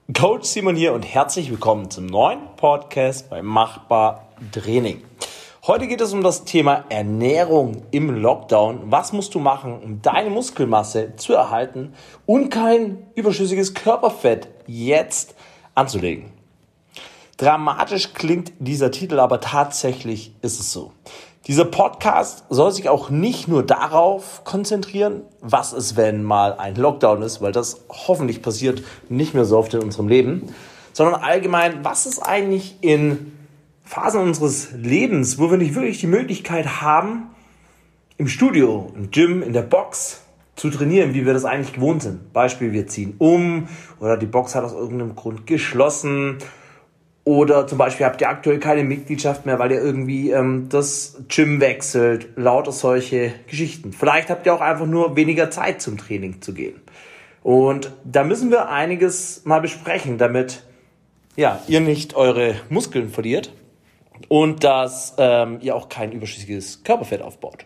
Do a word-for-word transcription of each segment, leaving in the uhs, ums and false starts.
Coach Simon hier und herzlich willkommen zum neuen Podcast bei Machbar Training. Heute geht es um das Thema Ernährung im Lockdown. Was musst du machen, um deine Muskelmasse zu erhalten und kein überschüssiges Körperfett jetzt anzulegen? Dramatisch klingt dieser Titel, aber tatsächlich ist es so. Dieser Podcast soll sich auch nicht nur darauf konzentrieren, was ist, wenn mal ein Lockdown ist, weil das hoffentlich passiert nicht mehr so oft in unserem Leben, sondern allgemein, was ist eigentlich in Phasen unseres Lebens, wo wir nicht wirklich die Möglichkeit haben, im Studio, im Gym, in der Box zu trainieren, wie wir das eigentlich gewohnt sind. Beispiel, wir ziehen um oder die Box hat aus irgendeinem Grund geschlossen. Oder zum Beispiel habt ihr aktuell keine Mitgliedschaft mehr, weil ihr irgendwie ähm, das Gym wechselt, lauter solche Geschichten. Vielleicht habt ihr auch einfach nur weniger Zeit zum Training zu gehen. Und da müssen wir einiges mal besprechen, damit ja, ihr nicht eure Muskeln verliert und dass ähm, ihr auch kein überschüssiges Körperfett aufbaut.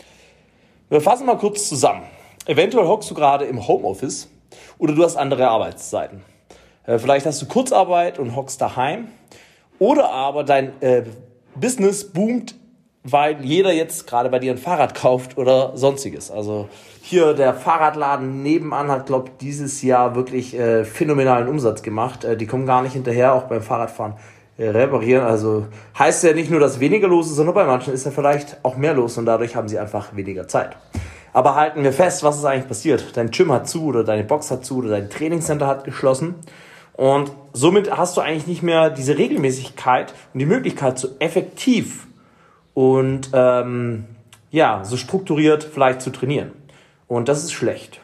Wir fassen mal kurz zusammen. Eventuell hockst du gerade im Homeoffice oder du hast andere Arbeitszeiten. Vielleicht hast du Kurzarbeit und hockst daheim. Oder aber dein äh, Business boomt, weil jeder jetzt gerade bei dir ein Fahrrad kauft oder sonstiges. Also hier der Fahrradladen nebenan hat, glaube ich, dieses Jahr wirklich äh, phänomenalen Umsatz gemacht. Äh, die kommen gar nicht hinterher, auch beim Fahrradfahren äh, reparieren. Also heißt ja nicht nur, dass weniger los ist, sondern bei manchen ist ja vielleicht auch mehr los und dadurch haben sie einfach weniger Zeit. Aber halten wir fest, was ist eigentlich passiert? Dein Gym hat zu oder deine Box hat zu oder dein Trainingscenter hat geschlossen. Und somit hast du eigentlich nicht mehr diese Regelmäßigkeit und die Möglichkeit, so effektiv und ähm, ja, so strukturiert vielleicht zu trainieren. Und das ist schlecht.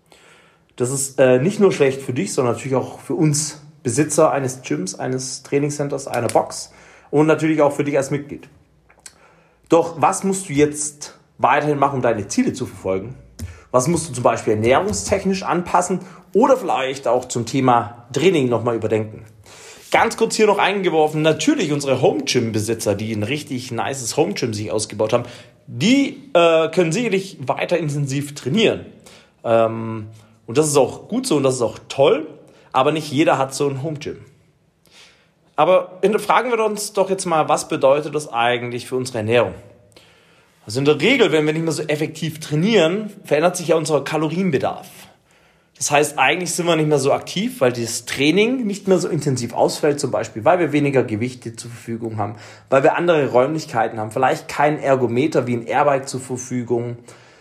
Das ist äh, nicht nur schlecht für dich, sondern natürlich auch für uns Besitzer eines Gyms, eines Trainingscenters, einer Box und natürlich auch für dich als Mitglied. Doch was musst du jetzt weiterhin machen, um deine Ziele zu verfolgen? Was musst du zum Beispiel ernährungstechnisch anpassen oder vielleicht auch zum Thema Training nochmal überdenken? Ganz kurz hier noch eingeworfen, natürlich unsere Home-Gym-Besitzer, die ein richtig nices Home-Gym sich ausgebaut haben, die äh, können sicherlich weiter intensiv trainieren. Ähm, und das ist auch gut so und das ist auch toll, aber nicht jeder hat so ein Home-Gym. Aber fragen wir uns doch jetzt mal, was bedeutet das eigentlich für unsere Ernährung? Also in der Regel, wenn wir nicht mehr so effektiv trainieren, verändert sich ja unser Kalorienbedarf. Das heißt, eigentlich sind wir nicht mehr so aktiv, weil das Training nicht mehr so intensiv ausfällt, zum Beispiel, weil wir weniger Gewichte zur Verfügung haben, weil wir andere Räumlichkeiten haben, vielleicht kein Ergometer wie ein Airbike zur Verfügung.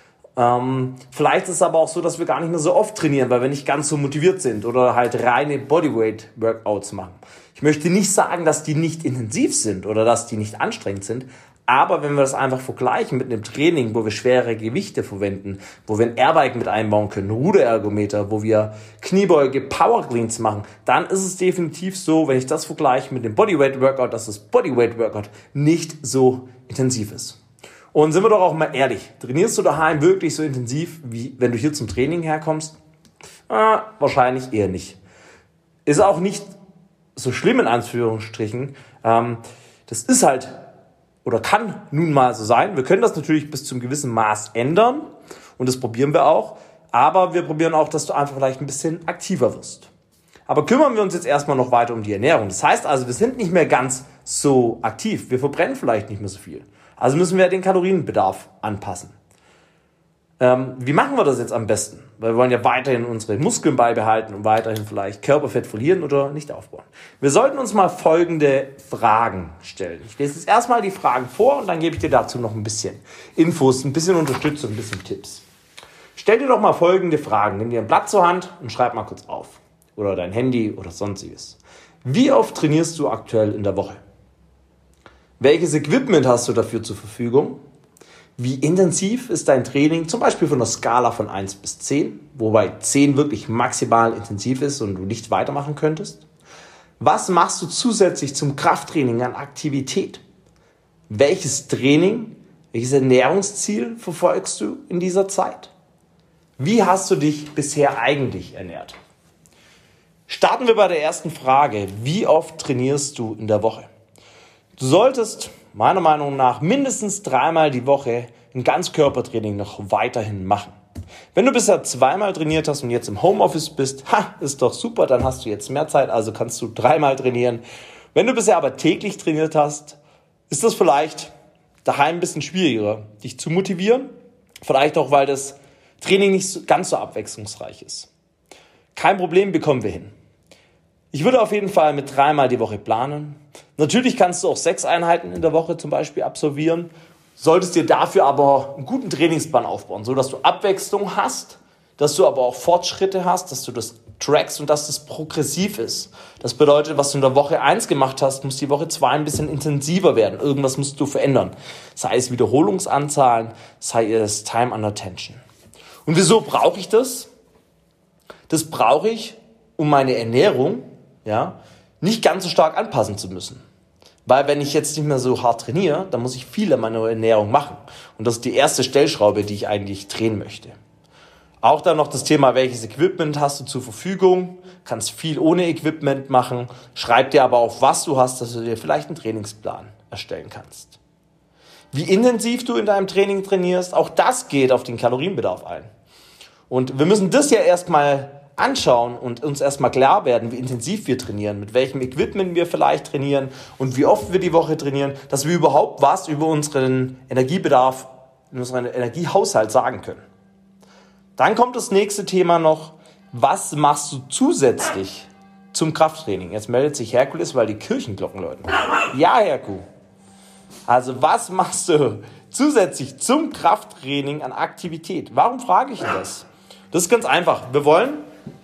Ähm, vielleicht ist es aber auch so, dass wir gar nicht mehr so oft trainieren, weil wir nicht ganz so motiviert sind oder halt reine Bodyweight-Workouts machen. Ich möchte nicht sagen, dass die nicht intensiv sind oder dass die nicht anstrengend sind, aber wenn wir das einfach vergleichen mit einem Training, wo wir schwere Gewichte verwenden, wo wir ein Airbike mit einbauen können, Ruderergometer, wo wir Kniebeuge, Power Cleans machen, dann ist es definitiv so, wenn ich das vergleiche mit dem Bodyweight Workout, dass das Bodyweight Workout nicht so intensiv ist. Und sind wir doch auch mal ehrlich, trainierst du daheim wirklich so intensiv, wie wenn du hier zum Training herkommst? Äh, wahrscheinlich eher nicht. Ist auch nicht so schlimm in Anführungsstrichen. Ähm, das ist halt oder kann nun mal so sein. Wir können das natürlich bis zu einem gewissen Maß ändern und das probieren wir auch. Aber wir probieren auch, dass du einfach vielleicht ein bisschen aktiver wirst. Aber kümmern wir uns jetzt erstmal noch weiter um die Ernährung. Das heißt also, wir sind nicht mehr ganz so aktiv. Wir verbrennen vielleicht nicht mehr so viel. Also müssen wir den Kalorienbedarf anpassen. Ähm, wie machen wir das jetzt am besten? Weil wir wollen ja weiterhin unsere Muskeln beibehalten und weiterhin vielleicht Körperfett verlieren oder nicht aufbauen. Wir sollten uns mal folgende Fragen stellen. Ich lese jetzt erstmal die Fragen vor und dann gebe ich dir dazu noch ein bisschen Infos, ein bisschen Unterstützung, ein bisschen Tipps. Stell dir doch mal folgende Fragen. Nimm dir ein Blatt zur Hand und schreib mal kurz auf. Oder dein Handy oder sonstiges. Wie oft trainierst du aktuell in der Woche? Welches Equipment hast du dafür zur Verfügung? Wie intensiv ist dein Training, zum Beispiel von einer Skala von eins bis zehn, wobei zehn wirklich maximal intensiv ist und du nicht weitermachen könntest? Was machst du zusätzlich zum Krafttraining an Aktivität? Welches Training, welches Ernährungsziel verfolgst du in dieser Zeit? Wie hast du dich bisher eigentlich ernährt? Starten wir bei der ersten Frage. Wie oft trainierst du in der Woche? Du solltest meiner Meinung nach mindestens dreimal die Woche ein Ganzkörpertraining noch weiterhin machen. Wenn du bisher zweimal trainiert hast und jetzt im Homeoffice bist, ha, ist doch super, dann hast du jetzt mehr Zeit, also kannst du dreimal trainieren. Wenn du bisher aber täglich trainiert hast, ist das vielleicht daheim ein bisschen schwieriger, dich zu motivieren. Vielleicht auch, weil das Training nicht ganz so abwechslungsreich ist. Kein Problem, bekommen wir hin. Ich würde auf jeden Fall mit dreimal die Woche planen. Natürlich kannst du auch sechs Einheiten in der Woche zum Beispiel absolvieren. Solltest dir dafür aber einen guten Trainingsplan aufbauen, so dass du Abwechslung hast, dass du aber auch Fortschritte hast, dass du das trackst und dass das progressiv ist. Das bedeutet, was du in der Woche eins gemacht hast, muss die Woche zwei ein bisschen intensiver werden. Irgendwas musst du verändern. Sei es Wiederholungsanzahlen, sei es Time under Tension. Und wieso brauche ich das? Das brauche ich, um meine Ernährung, ja, nicht ganz so stark anpassen zu müssen. Weil wenn ich jetzt nicht mehr so hart trainiere, dann muss ich viel an meiner Ernährung machen. Und das ist die erste Stellschraube, die ich eigentlich drehen möchte. Auch dann noch das Thema, welches Equipment hast du zur Verfügung. Kannst viel ohne Equipment machen. Schreib dir aber auf, was du hast, dass du dir vielleicht einen Trainingsplan erstellen kannst. Wie intensiv du in deinem Training trainierst, auch das geht auf den Kalorienbedarf ein. Und wir müssen das ja erstmal anschauen und uns erstmal klar werden, wie intensiv wir trainieren, mit welchem Equipment wir vielleicht trainieren und wie oft wir die Woche trainieren, dass wir überhaupt was über unseren Energiebedarf, unseren Energiehaushalt sagen können. Dann kommt das nächste Thema noch, was machst du zusätzlich zum Krafttraining? Jetzt meldet sich Herkules, weil die Kirchenglocken läuten. Ja, Herku. Also was machst du zusätzlich zum Krafttraining an Aktivität? Warum frage ich das? Das ist ganz einfach. Wir wollen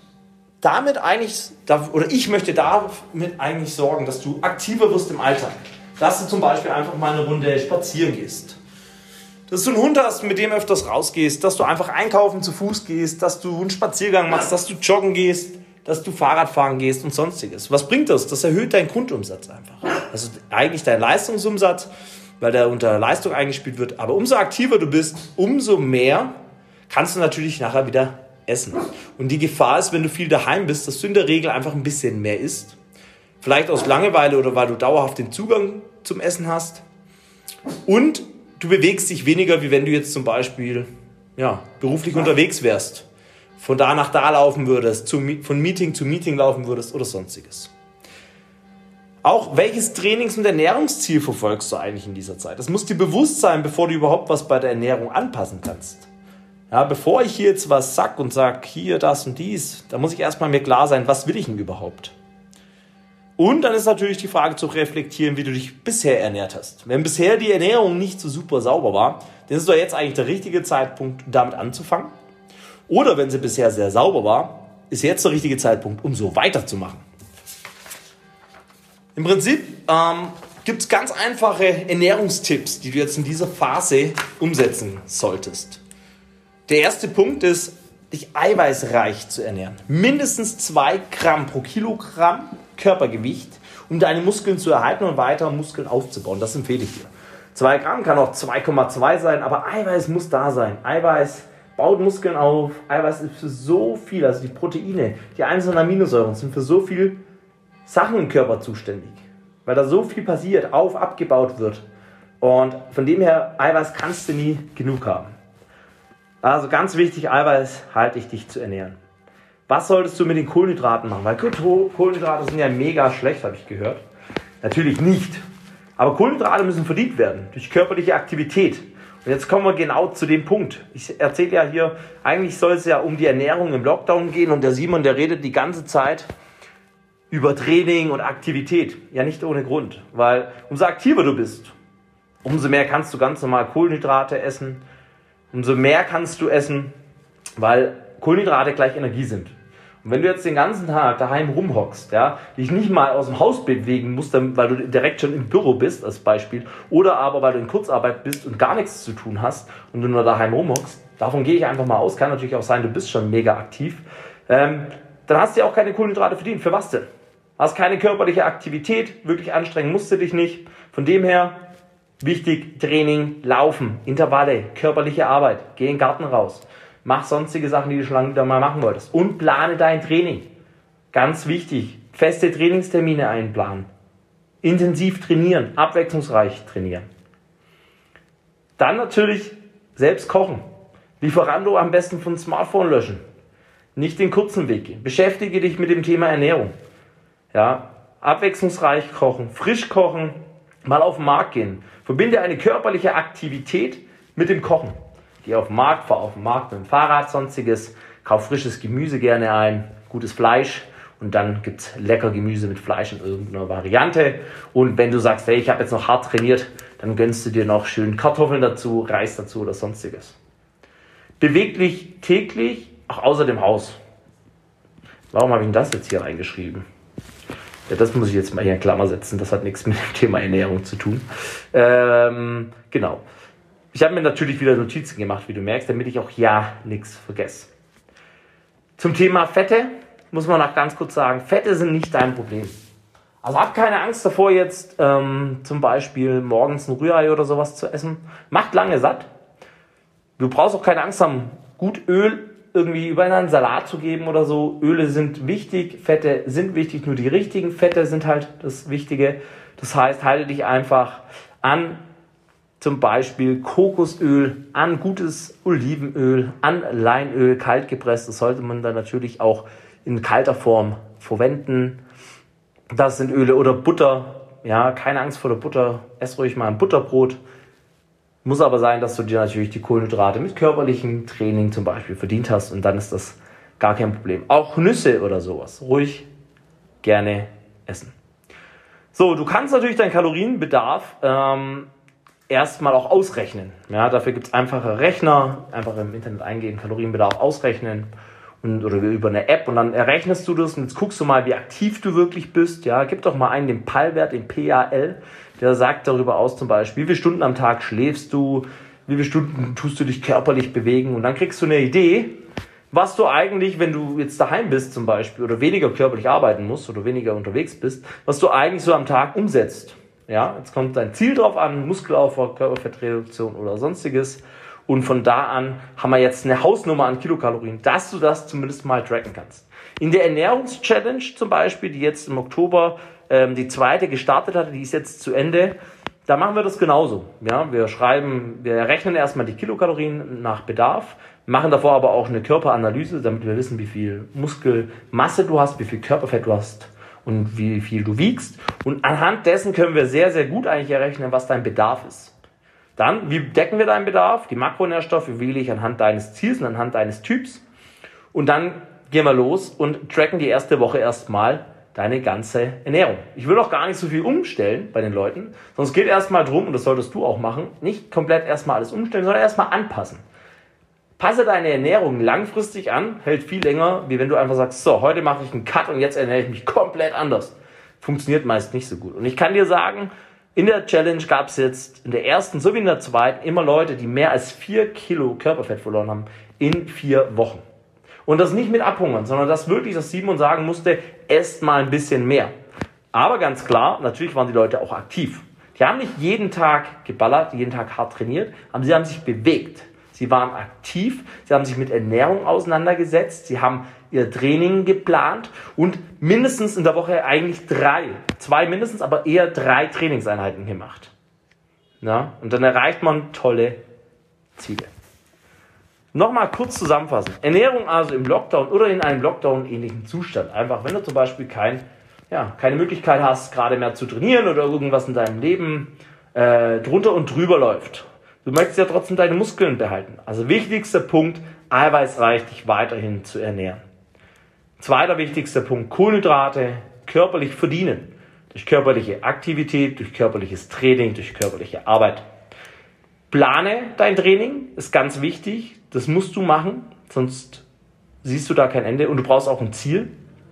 damit eigentlich, oder ich möchte damit eigentlich sorgen, dass du aktiver wirst im Alltag. Dass du zum Beispiel einfach mal eine Runde spazieren gehst. Dass du einen Hund hast, mit dem öfters rausgehst. Dass du einfach einkaufen zu Fuß gehst. Dass du einen Spaziergang machst. Dass du joggen gehst. Dass du Fahrrad fahren gehst und sonstiges. Was bringt das? Das erhöht deinen Grundumsatz einfach. Also eigentlich deinen Leistungsumsatz, weil der unter Leistung eingespielt wird. Aber umso aktiver du bist, umso mehr kannst du natürlich nachher wieder essen. Und die Gefahr ist, wenn du viel daheim bist, dass du in der Regel einfach ein bisschen mehr isst. Vielleicht aus Langeweile oder weil du dauerhaft den Zugang zum Essen hast. Und du bewegst dich weniger, wie wenn du jetzt zum Beispiel ja, beruflich unterwegs wärst. Von da nach da laufen würdest, zu, von Meeting zu Meeting laufen würdest oder sonstiges. Auch welches Trainings- und Ernährungsziel verfolgst du eigentlich in dieser Zeit? Das muss dir bewusst sein, bevor du überhaupt was bei der Ernährung anpassen kannst. Ja, bevor ich hier jetzt was sag und sag, hier, das und dies, da muss ich erstmal mir klar sein, was will ich denn überhaupt? Und dann ist natürlich die Frage zu reflektieren, wie du dich bisher ernährt hast. Wenn bisher die Ernährung nicht so super sauber war, dann ist doch jetzt eigentlich der richtige Zeitpunkt, damit anzufangen. Oder wenn sie bisher sehr sauber war, ist jetzt der richtige Zeitpunkt, um so weiterzumachen. Im Prinzip ähm, gibt es ganz einfache Ernährungstipps, die du jetzt in dieser Phase umsetzen solltest. Der erste Punkt ist, dich eiweißreich zu ernähren. Mindestens zwei Gramm pro Kilogramm Körpergewicht, um deine Muskeln zu erhalten und weiter Muskeln aufzubauen. Das empfehle ich dir. zwei Gramm kann auch zwei Komma zwei sein, aber Eiweiß muss da sein. Eiweiß baut Muskeln auf. Eiweiß ist für so viel, also die Proteine, die einzelnen Aminosäuren sind für so viel Sachen im Körper zuständig. Weil da so viel passiert, auf, abgebaut wird. Und von dem her, Eiweiß kannst du nie genug haben. Also ganz wichtig, eiweißhaltig dich zu ernähren. Was solltest du mit den Kohlenhydraten machen? Weil Kohlenhydrate sind ja mega schlecht, habe ich gehört. Natürlich nicht. Aber Kohlenhydrate müssen verdient werden durch körperliche Aktivität. Und jetzt kommen wir genau zu dem Punkt. Ich erzähle ja hier, eigentlich soll es ja um die Ernährung im Lockdown gehen. Und der Simon, der redet die ganze Zeit über Training und Aktivität. Ja, nicht ohne Grund. Weil umso aktiver du bist, umso mehr kannst du ganz normal Kohlenhydrate essen. Umso mehr kannst du essen, weil Kohlenhydrate gleich Energie sind. Und wenn du jetzt den ganzen Tag daheim rumhockst, ja, dich nicht mal aus dem Haus bewegen musst, weil du direkt schon im Büro bist, als Beispiel, oder aber weil du in Kurzarbeit bist und gar nichts zu tun hast und du nur daheim rumhockst, davon gehe ich einfach mal aus, kann natürlich auch sein, du bist schon mega aktiv, ähm, dann hast du ja auch keine Kohlenhydrate verdient. Für was denn? Hast keine körperliche Aktivität, wirklich anstrengen musst du dich nicht. Von dem her, wichtig, Training, Laufen, Intervalle, körperliche Arbeit, geh in den Garten raus. Mach sonstige Sachen, die du schon lange wieder mal machen wolltest. Und plane dein Training. Ganz wichtig, feste Trainingstermine einplanen. Intensiv trainieren, abwechslungsreich trainieren. Dann natürlich selbst kochen. Lieferando am besten von Smartphone löschen. Nicht den kurzen Weg gehen. Beschäftige dich mit dem Thema Ernährung. Ja, abwechslungsreich kochen, frisch kochen, mal auf den Markt gehen. Verbinde eine körperliche Aktivität mit dem Kochen. Geh auf den Markt, fahr auf den Markt mit dem Fahrrad, sonstiges, kauf frisches Gemüse gerne ein, gutes Fleisch und dann gibt es lecker Gemüse mit Fleisch in irgendeiner Variante. Und wenn du sagst, hey, ich habe jetzt noch hart trainiert, dann gönnst du dir noch schön Kartoffeln dazu, Reis dazu oder sonstiges. Beweg dich täglich, auch außer dem Haus. Warum habe ich denn das jetzt hier reingeschrieben? Ja, das muss ich jetzt mal hier in Klammer setzen, das hat nichts mit dem Thema Ernährung zu tun. Ähm, genau. Ich habe mir natürlich wieder Notizen gemacht, wie du merkst, damit ich auch ja nichts vergesse. Zum Thema Fette muss man noch ganz kurz sagen, Fette sind nicht dein Problem. Also hab keine Angst davor, jetzt ähm, zum Beispiel morgens ein Rührei oder sowas zu essen. Macht lange satt. Du brauchst auch keine Angst haben, gut Öl irgendwie über einen Salat zu geben oder so. Öle sind wichtig, Fette sind wichtig, nur die richtigen Fette sind halt das Wichtige. Das heißt, halte dich einfach an zum Beispiel Kokosöl, an gutes Olivenöl, an Leinöl, kalt gepresst. Das sollte man dann natürlich auch in kalter Form verwenden. Das sind Öle oder Butter. Ja, keine Angst vor der Butter. Ess ruhig mal ein Butterbrot. Muss aber sein, dass du dir natürlich die Kohlenhydrate mit körperlichem Training zum Beispiel verdient hast und dann ist das gar kein Problem. Auch Nüsse oder sowas ruhig gerne essen. So, du kannst natürlich deinen Kalorienbedarf ähm, erstmal auch ausrechnen. Ja, dafür gibt es einfache Rechner, einfach im Internet eingeben, Kalorienbedarf ausrechnen und, oder über eine App und dann errechnest du das und jetzt guckst du mal, wie aktiv du wirklich bist. Ja, gib doch mal einen den P A L-Wert, den P A L, der sagt darüber aus zum Beispiel, wie viele Stunden am Tag schläfst du, wie viele Stunden tust du dich körperlich bewegen und dann kriegst du eine Idee, was du eigentlich, wenn du jetzt daheim bist zum Beispiel oder weniger körperlich arbeiten musst oder weniger unterwegs bist, was du eigentlich so am Tag umsetzt. Ja, jetzt kommt dein Ziel drauf an, Muskelaufbau, Körperfettreduktion oder sonstiges. Und von da an haben wir jetzt eine Hausnummer an Kilokalorien, dass du das zumindest mal tracken kannst. In der Ernährungschallenge zum Beispiel, die jetzt im Oktober ähm, die zweite gestartet hatte, die ist jetzt zu Ende, da machen wir das genauso. Ja, wir schreiben, wir rechnen erstmal die Kilokalorien nach Bedarf, machen davor aber auch eine Körperanalyse, damit wir wissen, wie viel Muskelmasse du hast, wie viel Körperfett du hast und wie viel du wiegst. Und anhand dessen können wir sehr, sehr gut eigentlich errechnen, was dein Bedarf ist. Dann, wie decken wir deinen Bedarf? Die Makronährstoffe wähle ich anhand deines Ziels und anhand deines Typs. Und dann gehen wir los und tracken die erste Woche erstmal deine ganze Ernährung. Ich will auch gar nicht so viel umstellen bei den Leuten, sondern es geht erstmal drum, und das solltest du auch machen, nicht komplett erstmal alles umstellen, sondern erstmal anpassen. Passe deine Ernährung langfristig an, hält viel länger, wie wenn du einfach sagst, so, heute mache ich einen Cut und jetzt ernähre ich mich komplett anders. Funktioniert meist nicht so gut. Und ich kann dir sagen, in der Challenge gab es jetzt in der ersten sowie in der zweiten immer Leute, die mehr als vier Kilo Körperfett verloren haben in vier Wochen. Und das nicht mit Abhungern, sondern das wirklich, dass Simon sagen musste, esst mal ein bisschen mehr. Aber ganz klar, natürlich waren die Leute auch aktiv. Die haben nicht jeden Tag geballert, jeden Tag hart trainiert, aber sie haben sich bewegt. Sie waren aktiv, sie haben sich mit Ernährung auseinandergesetzt, sie haben ihr Training geplant und mindestens in der Woche eigentlich drei, zwei mindestens, aber eher drei Trainingseinheiten gemacht. Ja, und dann erreicht man tolle Ziele. Nochmal kurz zusammenfassen. Ernährung also im Lockdown oder in einem Lockdown-ähnlichen Zustand. Einfach, wenn du zum Beispiel kein, ja, keine Möglichkeit hast, gerade mehr zu trainieren oder irgendwas in deinem Leben äh, drunter und drüber läuft. Du möchtest ja trotzdem deine Muskeln behalten. Also wichtigster Punkt, eiweißreich dich weiterhin zu ernähren. Zweiter wichtigster Punkt, Kohlenhydrate körperlich verdienen. Durch körperliche Aktivität, durch körperliches Training, durch körperliche Arbeit. Plane dein Training, ist ganz wichtig. Das musst du machen, sonst siehst du da kein Ende. Und du brauchst auch ein Ziel.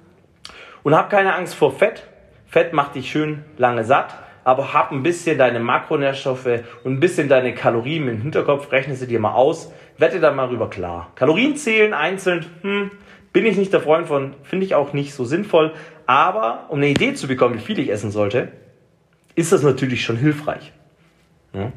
Und hab keine Angst vor Fett. Fett macht dich schön lange satt. Aber hab ein bisschen deine Makronährstoffe und ein bisschen deine Kalorien im Hinterkopf. Rechne sie dir mal aus. Wette da mal rüber klar. Kalorien zählen einzeln, hm, bin ich nicht der Freund von. Finde ich auch nicht so sinnvoll. Aber um eine Idee zu bekommen, wie viel ich essen sollte, ist das natürlich schon hilfreich. Ja.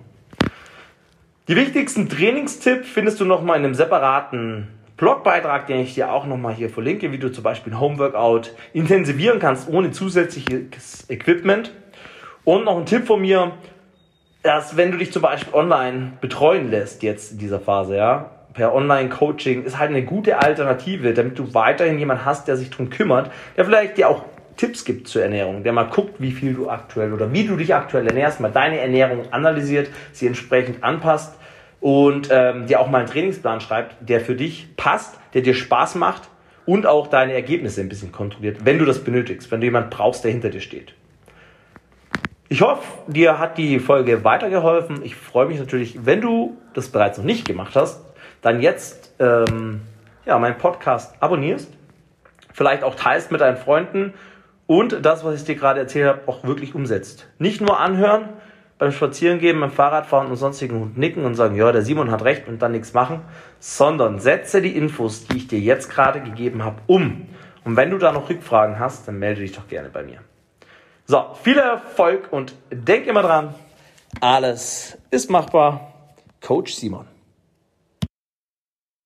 Die wichtigsten Trainingstipps findest du nochmal in einem separaten Blogbeitrag, den ich dir auch nochmal hier verlinke, wie du zum Beispiel ein Homeworkout intensivieren kannst ohne zusätzliches Equipment. Und noch ein Tipp von mir, dass wenn du dich zum Beispiel online betreuen lässt jetzt in dieser Phase, ja, per Online-Coaching ist halt eine gute Alternative, damit du weiterhin jemanden hast, der sich darum kümmert, der vielleicht dir auch Tipps gibt zur Ernährung, der mal guckt, wie viel du aktuell oder wie du dich aktuell ernährst, mal deine Ernährung analysiert, sie entsprechend anpasst und ähm, dir auch mal einen Trainingsplan schreibt, der für dich passt, der dir Spaß macht und auch deine Ergebnisse ein bisschen kontrolliert, wenn du das benötigst, wenn du jemanden brauchst, der hinter dir steht. Ich hoffe, dir hat die Folge weitergeholfen. Ich freue mich natürlich, wenn du das bereits noch nicht gemacht hast, dann jetzt ähm, ja, meinen Podcast abonnierst, vielleicht auch teilst mit deinen Freunden und das, was ich dir gerade erzählt habe, auch wirklich umsetzt. Nicht nur anhören, beim Spazierengehen, beim Fahrradfahren und sonstigen Hund nicken und sagen, ja, der Simon hat recht und dann nichts machen, sondern setze die Infos, die ich dir jetzt gerade gegeben habe, um. Und wenn du da noch Rückfragen hast, dann melde dich doch gerne bei mir. So, viel Erfolg und denk immer dran, alles ist machbar. Coach Simon.